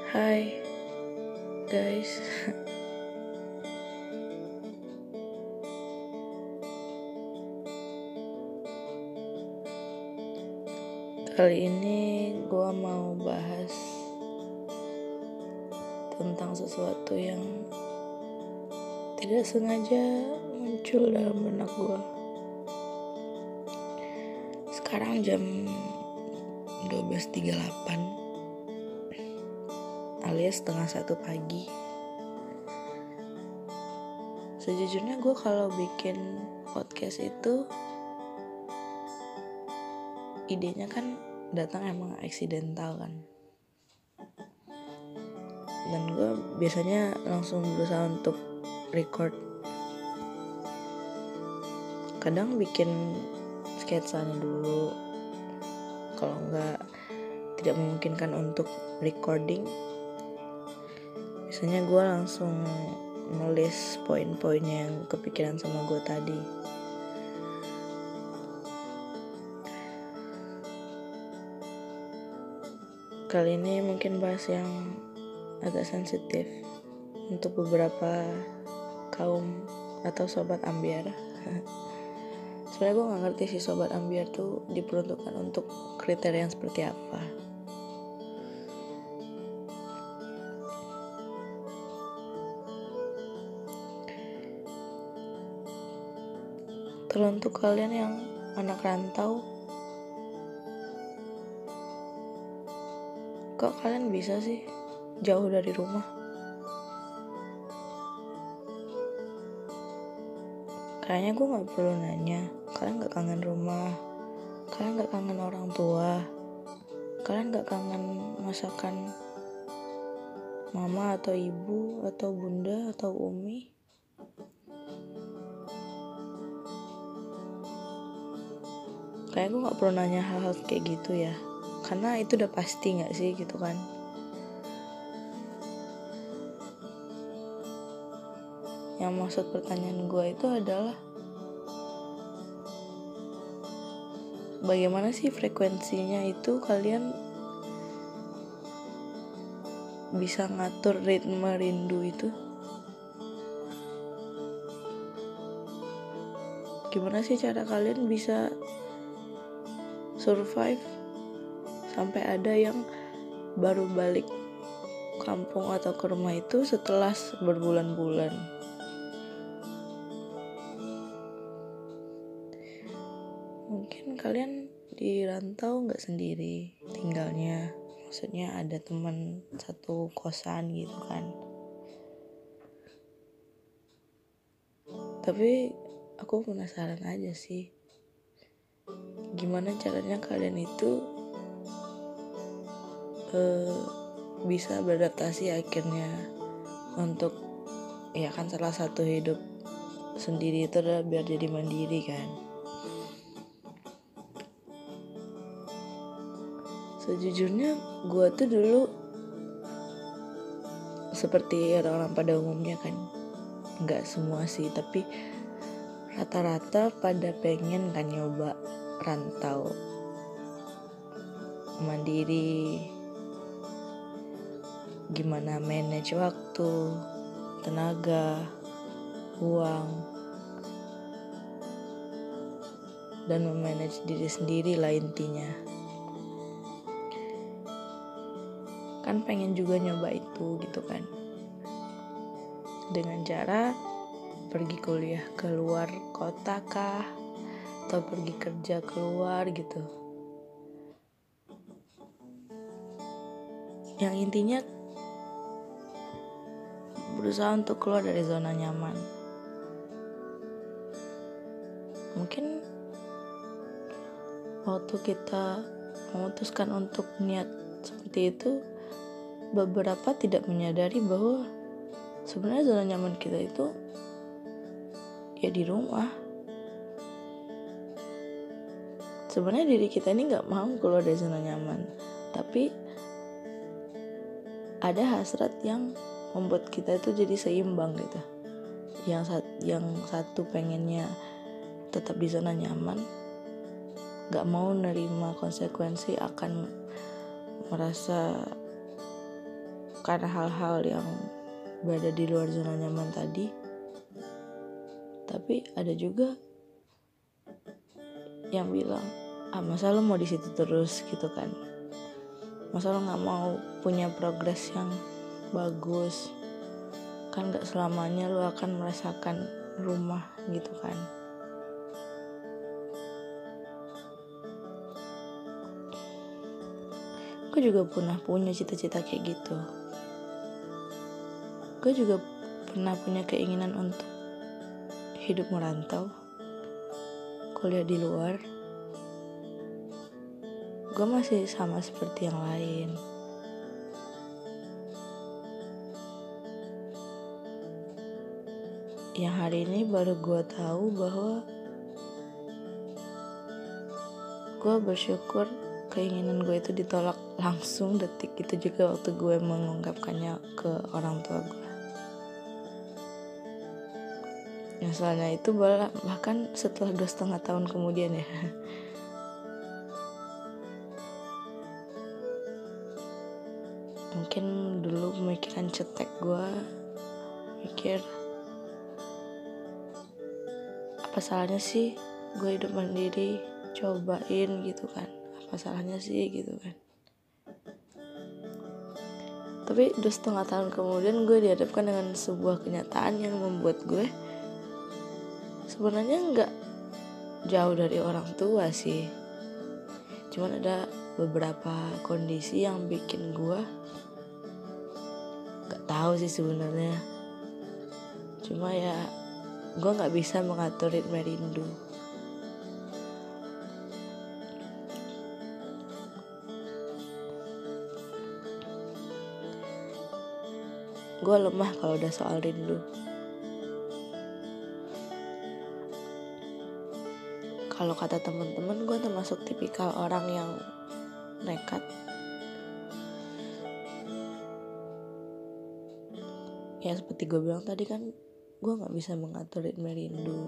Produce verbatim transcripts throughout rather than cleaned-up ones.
Hai guys. Kali ini gue mau bahas tentang sesuatu yang tidak sengaja muncul dalam benak gue. Sekarang jam dua belas tiga puluh delapan alias setengah satu pagi. Sejujurnya gue kalau bikin podcast itu idenya kan datang emang accidental kan, dan gue biasanya langsung berusaha untuk record. Kadang bikin sketsanya dulu, kalau nggak tidak memungkinkan untuk recording, biasanya gue langsung nulis poin-poin yang kepikiran sama gue tadi. Kali ini mungkin bahas yang agak sensitif untuk beberapa kaum atau sobat ambiar. Sebenarnya gue gak ngerti sih sobat ambiar tuh diperuntukkan untuk kriteria yang seperti apa. Teruntuk kalian yang anak rantau, kok kalian bisa sih jauh dari rumah? Kayaknya gue gak perlu nanya, kalian gak kangen rumah, kalian gak kangen orang tua, kalian gak kangen masakan mama atau ibu atau bunda atau umi? Kayaknya gue gak perlu nanya hal-hal kayak gitu ya, karena itu udah pasti gak sih gitu kan. Yang maksud pertanyaan gue itu adalah bagaimana sih frekuensinya itu kalian bisa ngatur ritme rindu itu? Gimana sih cara kalian bisa survive sampai ada yang baru balik kampung atau ke rumah itu setelah berbulan-bulan? Mungkin kalian di rantau gak sendiri tinggalnya, maksudnya ada teman satu kosan gitu kan. Tapi aku penasaran aja sih, gimana caranya kalian itu uh, bisa beradaptasi akhirnya untuk, ya kan salah satu hidup sendiri itu adalah biar jadi mandiri kan. Sejujurnya gue tuh dulu seperti orang-orang pada umumnya kan, nggak semua sih, tapi rata-rata pada pengen kan nyoba rantau mandiri, gimana manage waktu, tenaga, uang, dan memanage diri sendiri lah intinya. Kan pengen juga nyoba itu gitu kan, dengan cara pergi kuliah keluar kota kah, atau pergi kerja keluar gitu. Yang intinya berusaha untuk keluar dari zona nyaman. Mungkin waktu kita memutuskan untuk niat seperti itu, beberapa tidak menyadari bahwa sebenarnya zona nyaman kita itu ya di rumah. Sebenarnya diri kita ini gak mau keluar dari zona nyaman, tapi ada hasrat yang membuat kita itu jadi seimbang gitu. Yang satu, yang satu pengennya tetap di zona nyaman, gak mau nerima konsekuensi akan merasa karena hal-hal yang berada di luar zona nyaman tadi. Tapi ada juga yang bilang, ah masa lo mau di situ terus gitu kan, masa lo nggak mau punya progres yang bagus, kan nggak selamanya lo akan merasakan rumah gitu kan. Gue juga pernah punya cita-cita kayak gitu. Gue juga pernah punya keinginan untuk hidup merantau, kuliah di luar. Gue masih sama seperti yang lain. Yang hari ini baru gue tahu bahwa gue bersyukur keinginan gue itu ditolak langsung detik itu juga waktu gue mengungkapkannya ke orang tua gue. Yang soalnya itu bahkan setelah dua setengah tahun kemudian ya. Mungkin dulu pemikiran cetek gue mikir, apa salahnya sih gue hidup mandiri, cobain gitu kan, apa salahnya sih gitu kan. Tapi dua setengah tahun kemudian gue dihadapkan dengan sebuah kenyataan yang membuat gue sebenarnya nggak jauh dari orang tua sih. Cuman ada beberapa kondisi yang bikin gue nggak tahu sih sebenarnya. Cuma ya gue nggak bisa mengatur ritme rindu. Gue lemah kalau udah soal rindu. Kalau kata teman-teman, gue termasuk tipikal orang yang nekat. Ya seperti gue bilang tadi kan, gue gak bisa mengatur ritme rindu.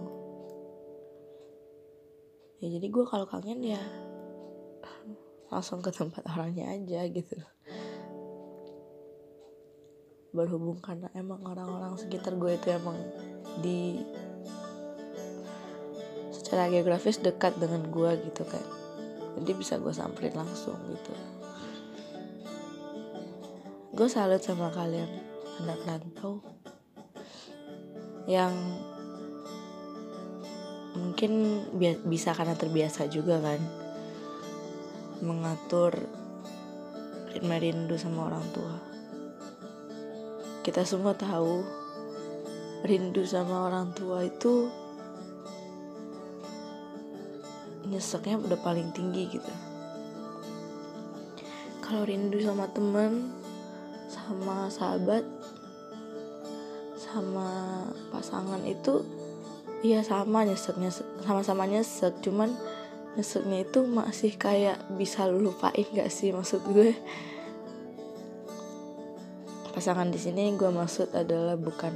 Ya jadi gue kalau kangen ya langsung ke tempat orangnya aja gitu. Berhubung karena emang orang-orang sekitar gue itu emang di secara geografis dekat dengan gue gitu kan, jadi bisa gue samperin langsung gitu. Gue salut sama kalian anak rantau yang mungkin bi- bisa karena terbiasa juga kan mengatur ritme rindu sama orang tua. Kita semua tahu rindu sama orang tua itu nyeseknya udah paling tinggi gitu. Kalau rindu sama teman, sama sahabat, sama pasangan itu iya sama nyeseknya, sama-sama nyesek. Cuman nyeseknya itu masih kayak bisa lu lupain gak sih, maksud gue. Pasangan di sini gue maksud adalah bukan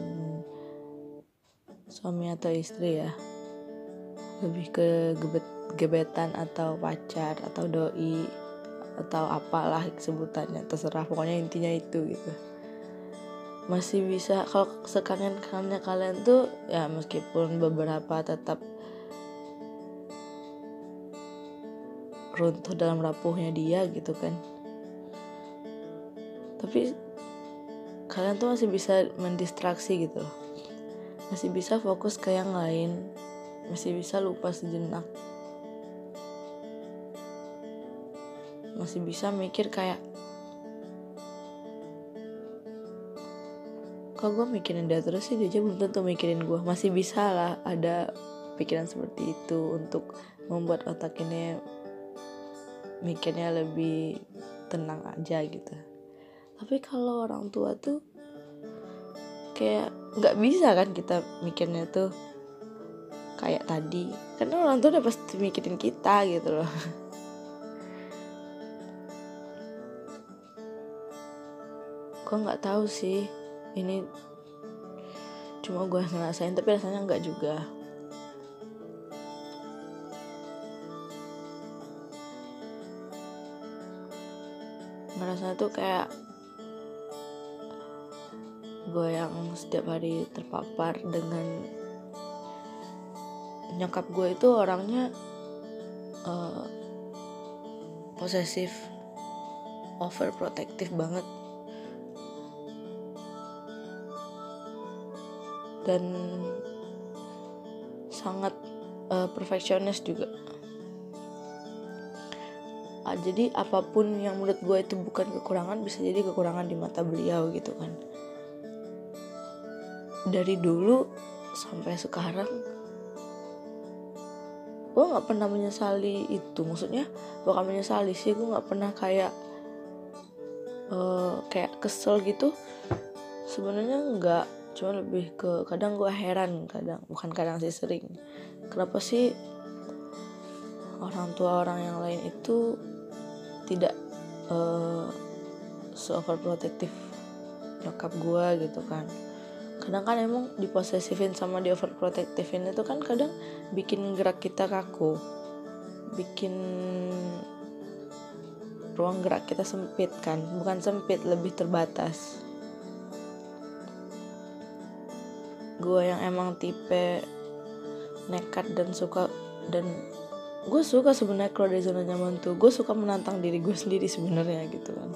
suami atau istri ya, lebih ke gebet gebetan atau pacar atau doi atau apalah sebutannya, terserah, pokoknya intinya itu gitu. Masih bisa, kalau sekangen-kangennya kalian tuh ya meskipun beberapa tetap runtuh dalam rapuhnya dia gitu kan, tapi kalian tuh masih bisa mendistraksi gitu loh, masih bisa fokus ke yang lain, masih bisa lupa sejenak, masih bisa mikir kayak, kok gue mikirin dia terus sih, dia aja belum tentu mikirin gue. Masih bisa lah ada pikiran seperti itu untuk membuat otak ini mikirnya lebih tenang aja gitu. Tapi kalau orang tua tuh kayak gak bisa kan kita mikirnya tuh kayak tadi, karena orang tua udah pasti mikirin kita gitu loh. Gue gak tahu sih ini cuma gue ngerasain, tapi rasanya enggak juga. Ngerasa tuh kayak gue yang setiap hari terpapar dengan nyokap gue itu orangnya uh, posesif, overprotective banget, dan sangat uh, perfeksionis juga. Ah, jadi apapun yang menurut gue itu bukan kekurangan bisa jadi kekurangan di mata beliau gitu kan. Dari dulu sampai sekarang gue nggak pernah menyesali itu. Maksudnya bukan menyesali sih, gue nggak pernah kayak uh, kayak kesel gitu. Sebenarnya nggak, cuma lebih ke kadang gue heran, kadang bukan kadang sih sering. Kenapa sih orang tua orang yang lain itu tidak uh, se-overprotective nyokap gue gitu kan. Kadang kan emang diposesifin sama di overprotectivin itu kan kadang bikin gerak kita kaku, bikin ruang gerak kita sempit kan. Bukan sempit, lebih terbatas. Gue yang emang tipe nekat dan suka, dan gue suka sebenarnya keluar dari zona nyaman tuh. Gue suka menantang diri gue sendiri sebenarnya gitu kan.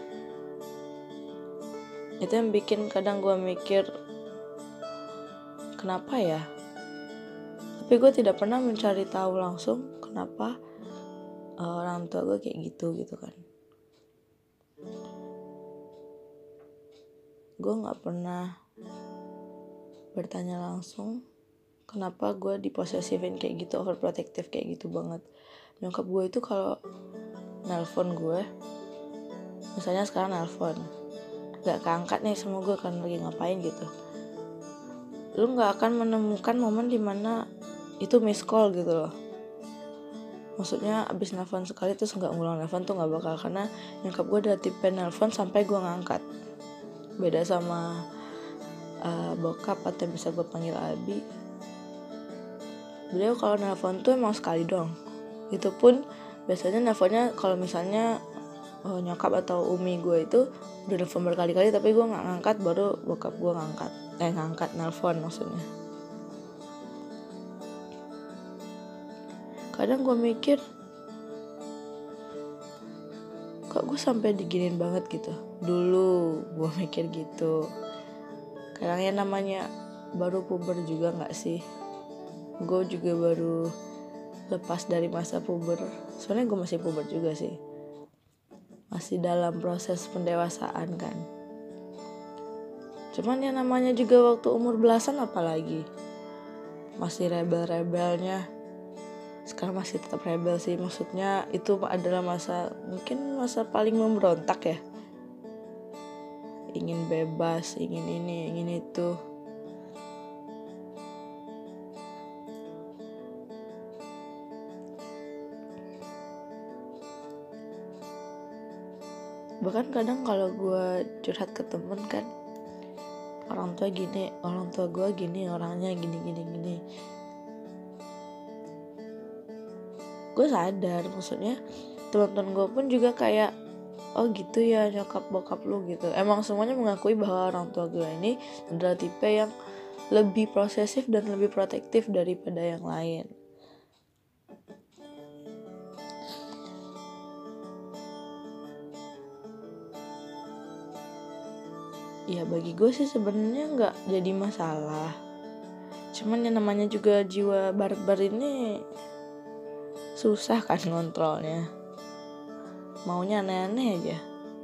Itu yang bikin kadang gue mikir, kenapa ya? Tapi gue tidak pernah mencari tahu langsung kenapa uh, orang tua gue kayak gitu gitu kan. Gue nggak pernah bertanya langsung kenapa gue diposesifin kayak gitu, overprotective kayak gitu banget. Nyokap gue itu kalau nelpon gue, misalnya sekarang nelpon gak keangkat nih sama gue kan lagi ngapain gitu, lu gak akan menemukan momen dimana itu miss call gitu loh. Maksudnya abis nelpon sekali terus gak ngulang nelpon tuh gak bakal, karena nyokap gue udah tipe nelpon sampai gue ngangkat. Beda sama uh, bokap atau bisa gue panggil Abi, beliau kalau nelpon tuh emang sekali dong. Itu pun biasanya nelponnya kalau misalnya oh, nyokap atau umi gue itu udah nelfon berkali-kali tapi gue nggak ngangkat, baru bokap gue ngangkat eh ngangkat nelfon maksudnya. Kadang gue mikir, kok gue sampai diginin banget gitu. Dulu gue mikir gitu. Kadangnya namanya baru puber juga nggak sih. Gue juga baru lepas dari masa puber. Soalnya gue masih puber juga sih, masih dalam proses pendewasaan kan. Cuman ya namanya juga waktu umur belasan apalagi masih rebel-rebelnya. Sekarang masih tetap rebel sih. Maksudnya itu adalah masa, mungkin masa paling memberontak ya. Ingin bebas, ingin ini, ingin itu. Bahkan kadang kalau gue curhat ke temen kan, orang tua gini, orang tua gue gini, orangnya gini gini gini. Gue sadar, maksudnya teman-teman gue pun juga kayak, oh gitu ya nyokap bokap lu gitu. Emang semuanya mengakui bahwa orang tua gue ini adalah tipe yang lebih posesif dan lebih protektif daripada yang lain. Ya bagi gue sih sebenarnya nggak jadi masalah. Cuman yang namanya juga jiwa barbar ini susah kan ngontrolnya. Maunya aneh-aneh aja.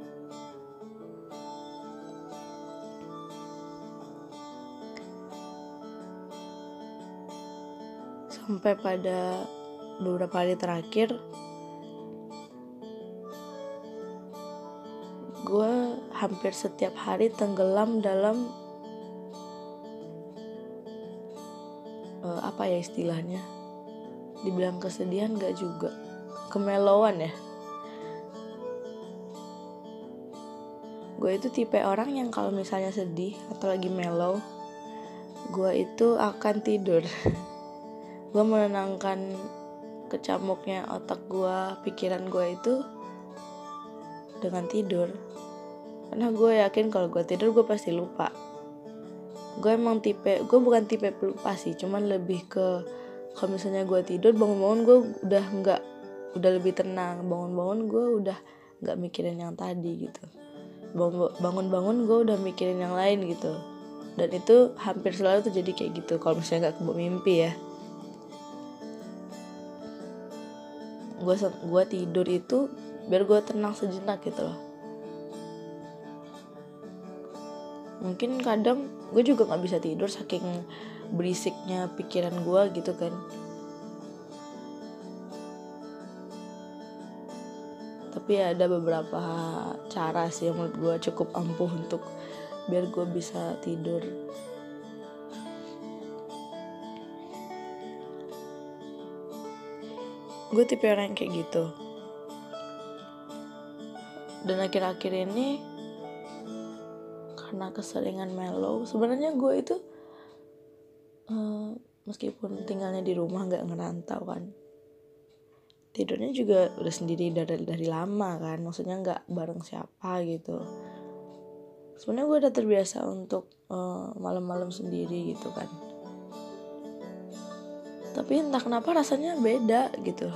Sampai pada beberapa hari terakhir gue hampir setiap hari tenggelam dalam uh, apa ya istilahnya, dibilang kesedihan gak juga, kemelauan ya. Gue itu tipe orang yang kalau misalnya sedih atau lagi mellow, gue itu akan tidur. Gue menenangkan kecamuknya otak gue, pikiran gue itu dengan tidur. Karena gue yakin kalau gue tidur gue pasti lupa. gue emang tipe, gue bukan tipe pelupa sih, cuman lebih ke kalau misalnya gue tidur bangun-bangun gue udah nggak, udah lebih tenang, bangun-bangun gue udah nggak mikirin yang tadi gitu, bangun-bangun gue udah mikirin yang lain gitu. Dan itu hampir selalu terjadi kayak gitu kalau misalnya nggak kebawa mimpi ya. Gue gue tidur itu biar gue tenang sejenak gitu loh. Mungkin kadang gue juga nggak bisa tidur saking berisiknya pikiran gue gitu kan. Tapi ada beberapa cara sih yang menurut gue cukup ampuh untuk biar gue bisa tidur. Gue tipe orang yang kayak gitu. Dan akhir-akhir ini karena keseringan mellow, sebenarnya gue itu uh, meskipun tinggalnya di rumah nggak ngerantau kan, tidurnya juga udah sendiri dari dari lama kan, maksudnya nggak bareng siapa gitu. Sebenarnya gue udah terbiasa untuk uh, malam-malam sendiri gitu kan. Tapi entah kenapa rasanya beda gitu.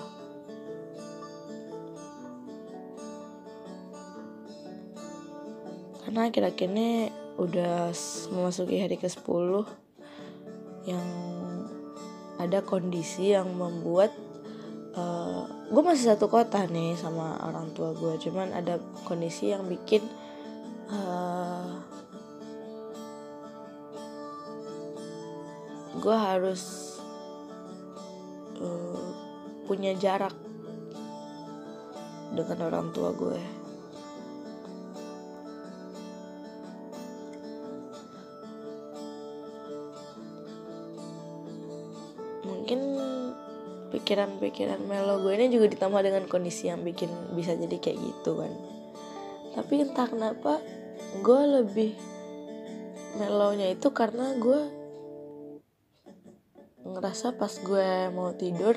Karena akhir-akhir ini udah memasuki hari ke sepuluh yang ada kondisi yang membuat uh, gue masih satu kota nih sama orang tua gue, cuman ada kondisi yang bikin uh, gue harus uh, punya jarak dengan orang tua gue. Mungkin pikiran-pikiran melo gue ini juga ditambah dengan kondisi yang bikin bisa jadi kayak gitu kan. Tapi entah kenapa gue lebih melonya itu karena gue ngerasa pas gue mau tidur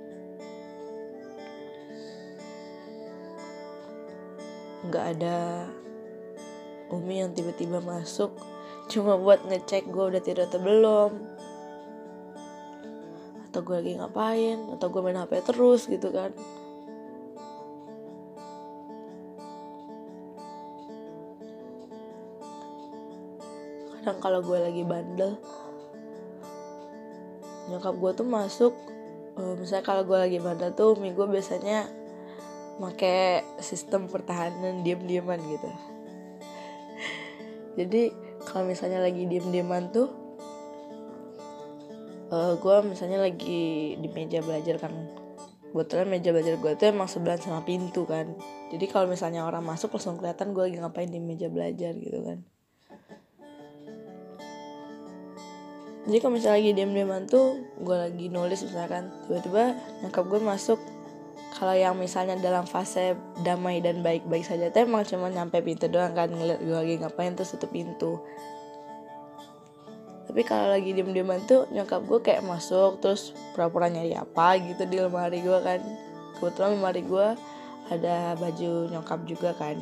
gak ada Umi yang tiba-tiba masuk cuma buat ngecek gue udah tidur atau belum, atau gue lagi ngapain, atau gue main H P terus gitu kan. Kadang kalau gue lagi bandel, nyokap gue tuh masuk, uh, misalnya kalau gue lagi bandel tuh umi gue biasanya pakai sistem pertahanan diam-diaman gitu. Jadi kalau misalnya lagi diam-diaman tuh uh, gue misalnya lagi di meja belajar kan, kebetulan meja belajar gue tuh emang sebelahan sama pintu kan. Jadi kalau misalnya orang masuk langsung kelihatan gue lagi ngapain di meja belajar gitu kan. Jadi kalau misalnya lagi diam-diaman tuh gue lagi nulis misalkan, tiba-tiba nyokap gue masuk. Kalau yang misalnya dalam fase damai dan baik-baik saja tuh emang cuma nyampe pintu doang kan, ngeliat gue lagi ngapain terus tutup pintu. Tapi kalau lagi diem-dieman tuh nyokap gue kayak masuk terus pura-pura nyari apa gitu di lemari gue kan. Kebetulan lemari gue ada baju nyokap juga kan.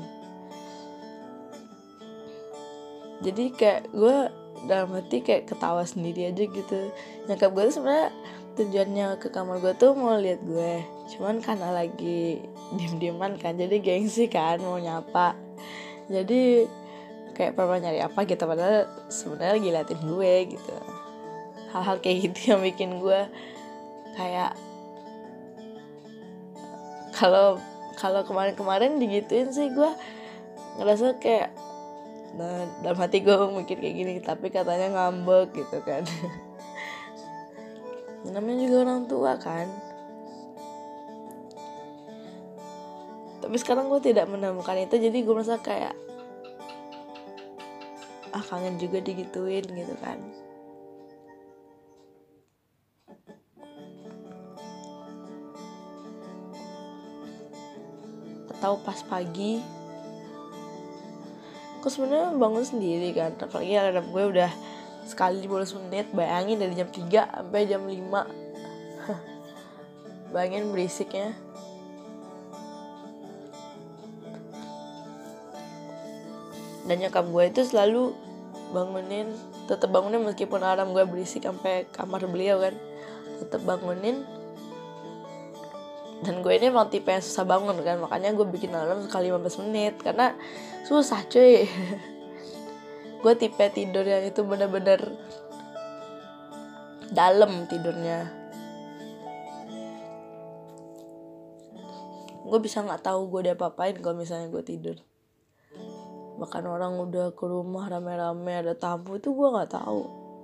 Jadi kayak gue dalam hati kayak ketawa sendiri aja gitu. Nyokap gue tuh sebenarnya tujuannya ke kamar gue tuh mau lihat gue, cuman karena lagi diem-dieman kan, jadi gengsi kan mau nyapa, jadi kayak pernah nyari apa gitu, padahal sebenarnya lagi liatin gue gitu. Hal-hal kayak gitu yang bikin gue kayak kalau kalau kemarin-kemarin digituin sih gue ngerasa kayak, nah dalam hati gue mikir kayak gini, tapi katanya ngambek gitu kan. Namanya juga orang tua kan. Tapi sekarang gue tidak menemukan itu, jadi gue merasa kayak ah kangen juga digituin gitu kan. Atau pas pagi, gue sebenarnya bangun sendiri kan, apalagi alarm gue udah sekali lima belas menit, bayangin dari jam tiga sampai jam lima. Bayangin berisiknya. Dan nyokap gue itu selalu bangunin, tetap bangunin meskipun alarm gue berisik sampai kamar beliau kan, tetap bangunin. Dan gue ini emang tipe yang susah bangun kan, makanya gue bikin alarm sekali lima belas menit karena susah cuy. Gue tipe tidur yang itu bener-bener dalam tidurnya. Gue bisa nggak tahu gue diapa-apain kalau misalnya gue tidur. Bahkan orang udah ke rumah rame-rame ada tamu itu gue nggak tahu.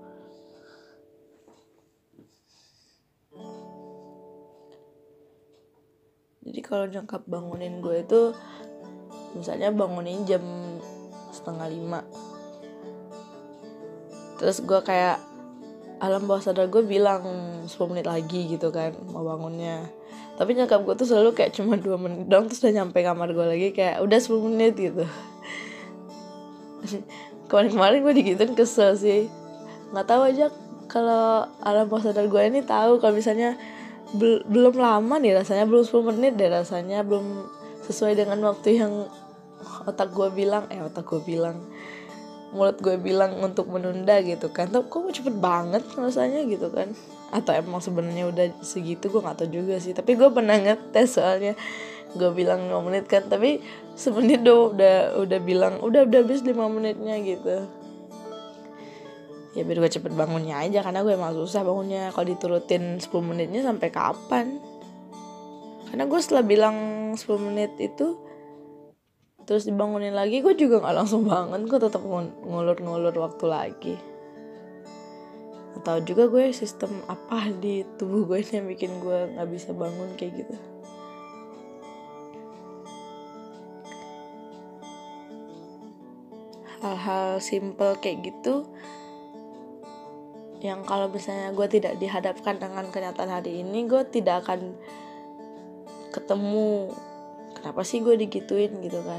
Jadi kalau nyokap bangunin gue itu misalnya bangunin jam setengah lima, terus gue kayak alam bawah sadar gue bilang sepuluh menit lagi gitu kan mau bangunnya. Tapi nyokap gue tuh selalu kayak cuma dua menit dong, terus udah nyampe kamar gue lagi kayak udah sepuluh menit gitu. Kemarin-kemarin gue digituin kesel sih. Nggak tahu aja kalau alam bawah sadar gue ini tahu kalau misalnya Bel- belum lama nih rasanya, belum sepuluh menit deh rasanya, belum sesuai dengan waktu yang otak gue bilang, eh otak gue bilang, mulut gue bilang untuk menunda gitu kan. Tapi kok cepet banget rasanya gitu kan. Atau emang sebenarnya udah segitu, gue gak tahu juga sih. Tapi gue pernah ngetes soalnya, gue bilang lima menit kan, tapi semenit do udah udah bilang udah udah habis lima menitnya gitu. Ya biar gue cepet bangunnya aja, karena gue emang susah bangunnya. Kalau diturutin sepuluh menitnya sampai kapan? Karena gue setelah bilang sepuluh menit itu terus dibangunin lagi, gue juga gak langsung bangun. Gue tetap ngulur-ngulur waktu lagi. Atau juga gue sistem apa di tubuh gue yang bikin gue gak bisa bangun kayak gitu. Hal-hal simple kayak gitu yang kalau misalnya gue tidak dihadapkan dengan kenyataan hari ini, gue tidak akan ketemu kenapa sih gue digituin gitu kan.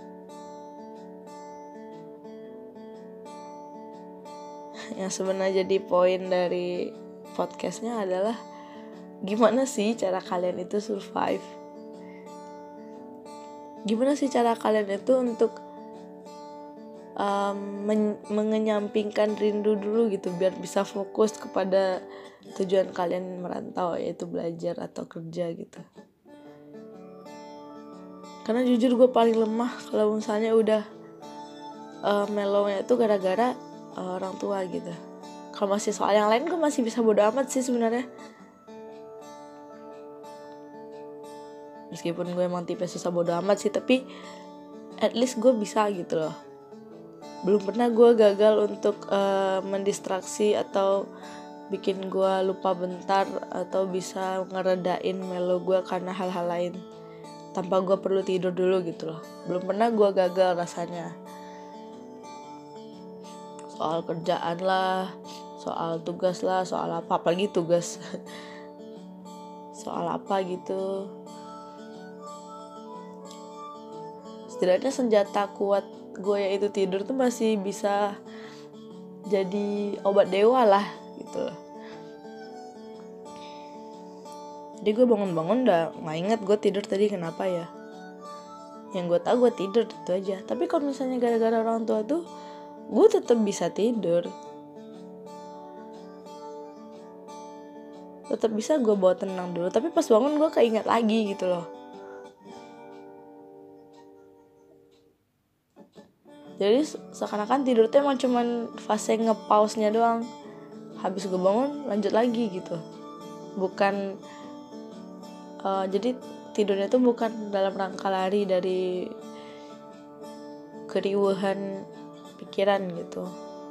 Yang sebenarnya jadi poin dari podcastnya adalah gimana sih cara kalian itu survive, gimana sih cara kalian itu untuk Um, men- mengenyampingkan rindu dulu gitu biar bisa fokus kepada tujuan kalian merantau, yaitu belajar atau kerja gitu. Karena jujur gue paling lemah kalau misalnya udah uh, mellownya itu gara-gara uh, orang tua gitu. Kalau masih soal yang lain gue masih bisa bodo amat sih sebenarnya. Meskipun gue emang tipe susah bodo amat sih, tapi at least gue bisa gitu loh. Belum pernah gue gagal untuk uh, mendistraksi atau bikin gue lupa bentar atau bisa ngeredain melo gue karena hal-hal lain tanpa gue perlu tidur dulu gitu loh. Belum pernah gue gagal rasanya. Soal kerjaan lah, soal tugas lah, soal apa, apalagi tugas. Soal apa gitu. Setidaknya senjata kuat gue yaitu tidur tuh masih bisa jadi obat dewa lah gitu loh. Jadi gue bangun-bangun udah gak inget gue tidur tadi kenapa ya. Yang gue tahu gue tidur itu aja. Tapi kalau misalnya gara-gara orang tua tuh gue tetap bisa tidur, tetap bisa gue bawa tenang dulu. Tapi pas bangun gue keinget lagi gitu loh. Jadi seakan-akan tidur tuh emang cuman fase nge-pause-nya doang. Habis gue bangun lanjut lagi gitu. Bukan uh, jadi tidurnya tuh bukan dalam rangka lari dari keriuhan pikiran gitu.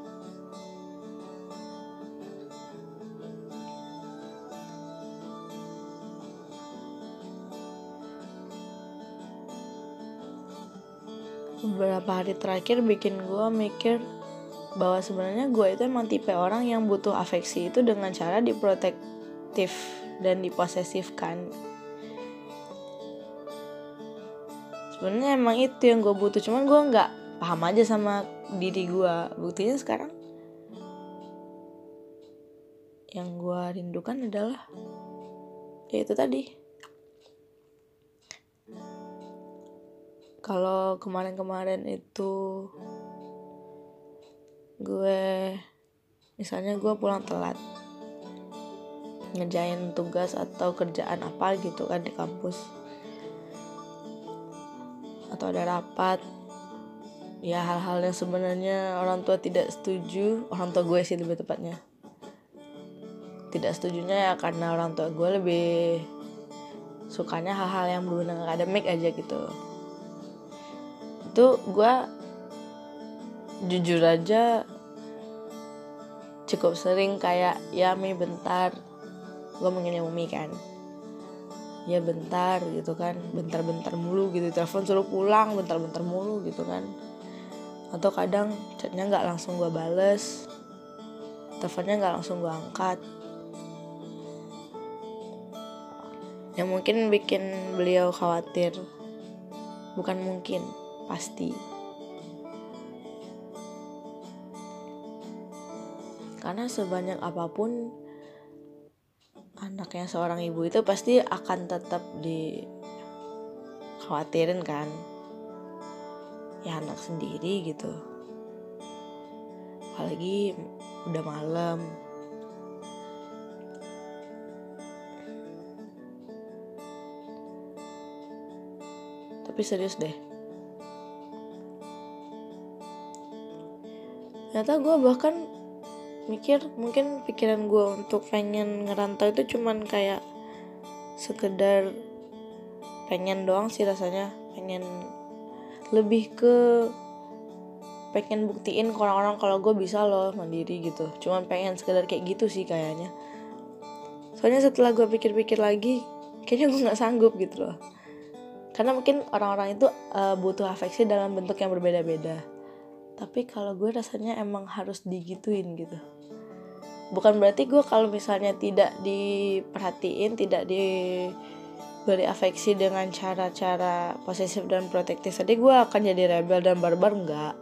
Beberapa hari terakhir bikin gue mikir bahwa sebenarnya gue itu emang tipe orang yang butuh afeksi itu dengan cara diprotektif dan diposesifkan. Sebenarnya emang itu yang gue butuh, cuman gue nggak paham aja sama diri gue. Buktinya sekarang yang gue rindukan adalah ya itu tadi. Kalau kemarin-kemarin itu gue misalnya gue pulang telat ngerjain tugas atau kerjaan apa gitu kan di kampus, atau ada rapat, ya hal-hal yang sebenarnya orang tua tidak setuju, orang tua gue sih lebih tepatnya tidak setujunya ya karena orang tua gue lebih sukanya hal-hal yang berhubungan dengan akademik aja gitu. Itu gue jujur aja cukup sering kayak, ya Mi bentar, gue manggilnya Umi kan, ya bentar gitu kan, bentar-bentar mulu gitu, telepon suruh pulang bentar-bentar mulu gitu kan. Atau kadang chatnya nggak langsung gue bales, teleponnya nggak langsung gue angkat, yang mungkin bikin beliau khawatir. Bukan mungkin, pasti. Karena sebanyak apapun anaknya seorang ibu itu pasti akan tetap dikhawatirin kan, ya anak sendiri gitu, apalagi udah malam. Tapi serius deh, ternyata gue bahkan mikir mungkin pikiran gue untuk pengen ngerantau itu cuman kayak sekedar pengen doang sih rasanya, pengen lebih ke pengen buktiin ke orang-orang kalau gue bisa loh mandiri gitu, cuman pengen sekedar kayak gitu sih kayaknya. Soalnya setelah gue pikir-pikir lagi, kayaknya gue nggak sanggup gitu loh, karena mungkin orang-orang itu uh, butuh afeksi dalam bentuk yang berbeda-beda. Tapi kalau gue rasanya emang harus digituin gitu. Bukan berarti gue kalau misalnya tidak diperhatiin, tidak diberi afeksi dengan cara-cara posesif dan protektif tadi, gue akan jadi rebel dan barbar, enggak.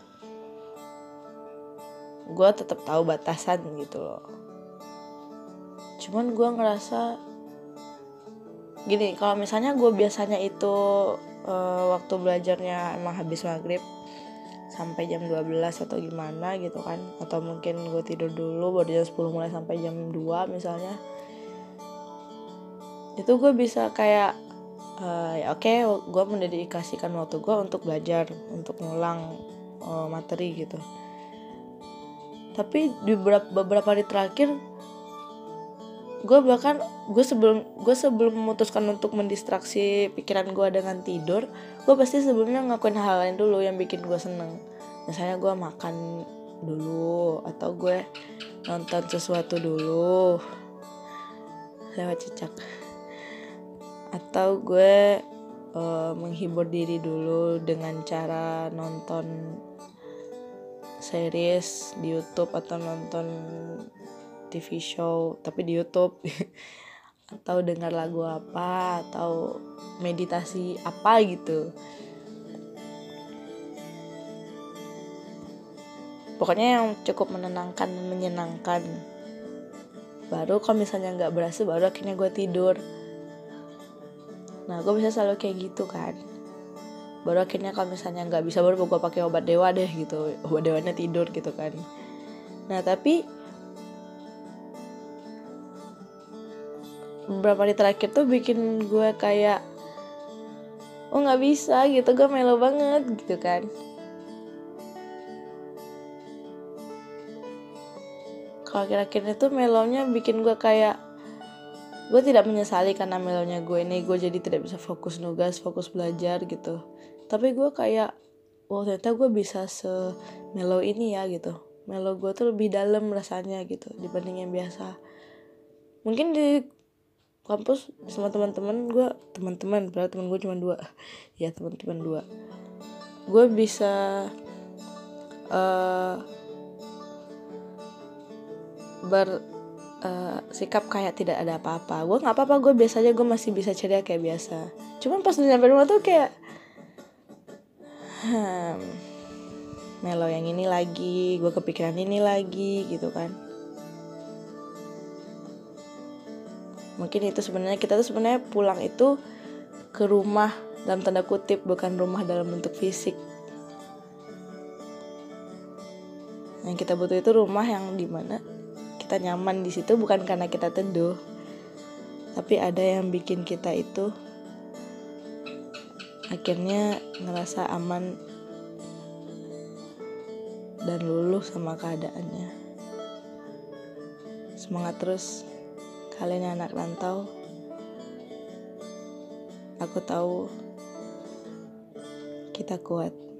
Gue tetap tahu batasan gitu loh. Cuman gue ngerasa gini, kalau misalnya gue biasanya itu uh, waktu belajarnya emang habis maghrib sampai jam dua belas atau gimana gitu kan, atau mungkin gue tidur dulu baru jam sepuluh mulai sampai jam dua misalnya, itu gue bisa kayak uh, ya oke okay, gue mendedikasikan waktu gue untuk belajar, untuk ngulang uh, materi gitu. Tapi di beberapa, beberapa hari terakhir gue bahkan gue sebelum gue sebelum memutuskan untuk mendistraksi pikiran gue dengan tidur, gue pasti sebelumnya ngakuin hal lain dulu yang bikin gue seneng. Misalnya gue makan dulu, atau gue nonton sesuatu dulu lewat cicak, atau gue uh, menghibur diri dulu dengan cara nonton series di YouTube atau nonton T V show tapi di YouTube atau dengar lagu apa, atau meditasi apa gitu. Pokoknya yang cukup menenangkan dan menyenangkan. Baru kalau misalnya gak berhasil, baru akhirnya gue tidur. Nah gue bisa selalu kayak gitu kan. Baru akhirnya kalau misalnya gak bisa, baru gue pakai obat dewa deh gitu, obat dewanya tidur gitu kan. Nah tapi beberapa hari terakhir tuh bikin gue kayak oh gak bisa gitu, gue melo banget gitu kan. Kalau akhir-akhir itu melonya bikin gue kayak, gue tidak menyesali karena melonya gue ini, gue jadi tidak bisa fokus nugas, fokus belajar gitu. Tapi gue kayak, oh ternyata gue bisa semelo ini ya gitu. Melo gue tuh lebih dalam rasanya gitu dibanding yang biasa. Mungkin di kampus sama teman-teman gue, teman-teman padahal teman gue cuma dua ya teman-teman dua, gue bisa uh, bersikap uh, kayak tidak ada apa-apa. Gue nggak apa-apa, gue biasa aja, gue masih bisa ceria kayak biasa. Cuman pas udah nyampe rumah tuh kayak hmm, melo yang ini lagi, gue kepikiran ini lagi gitu kan. Mungkin itu sebenarnya kita tuh sebenarnya pulang itu ke rumah dalam tanda kutip, bukan rumah dalam bentuk fisik. Yang kita butuh itu rumah yang dimana kita nyaman di situ, bukan karena kita teduh, tapi ada yang bikin kita itu akhirnya ngerasa aman dan luluh sama keadaannya. Semangat terus kalian anak rantau. Aku tahu kita kuat.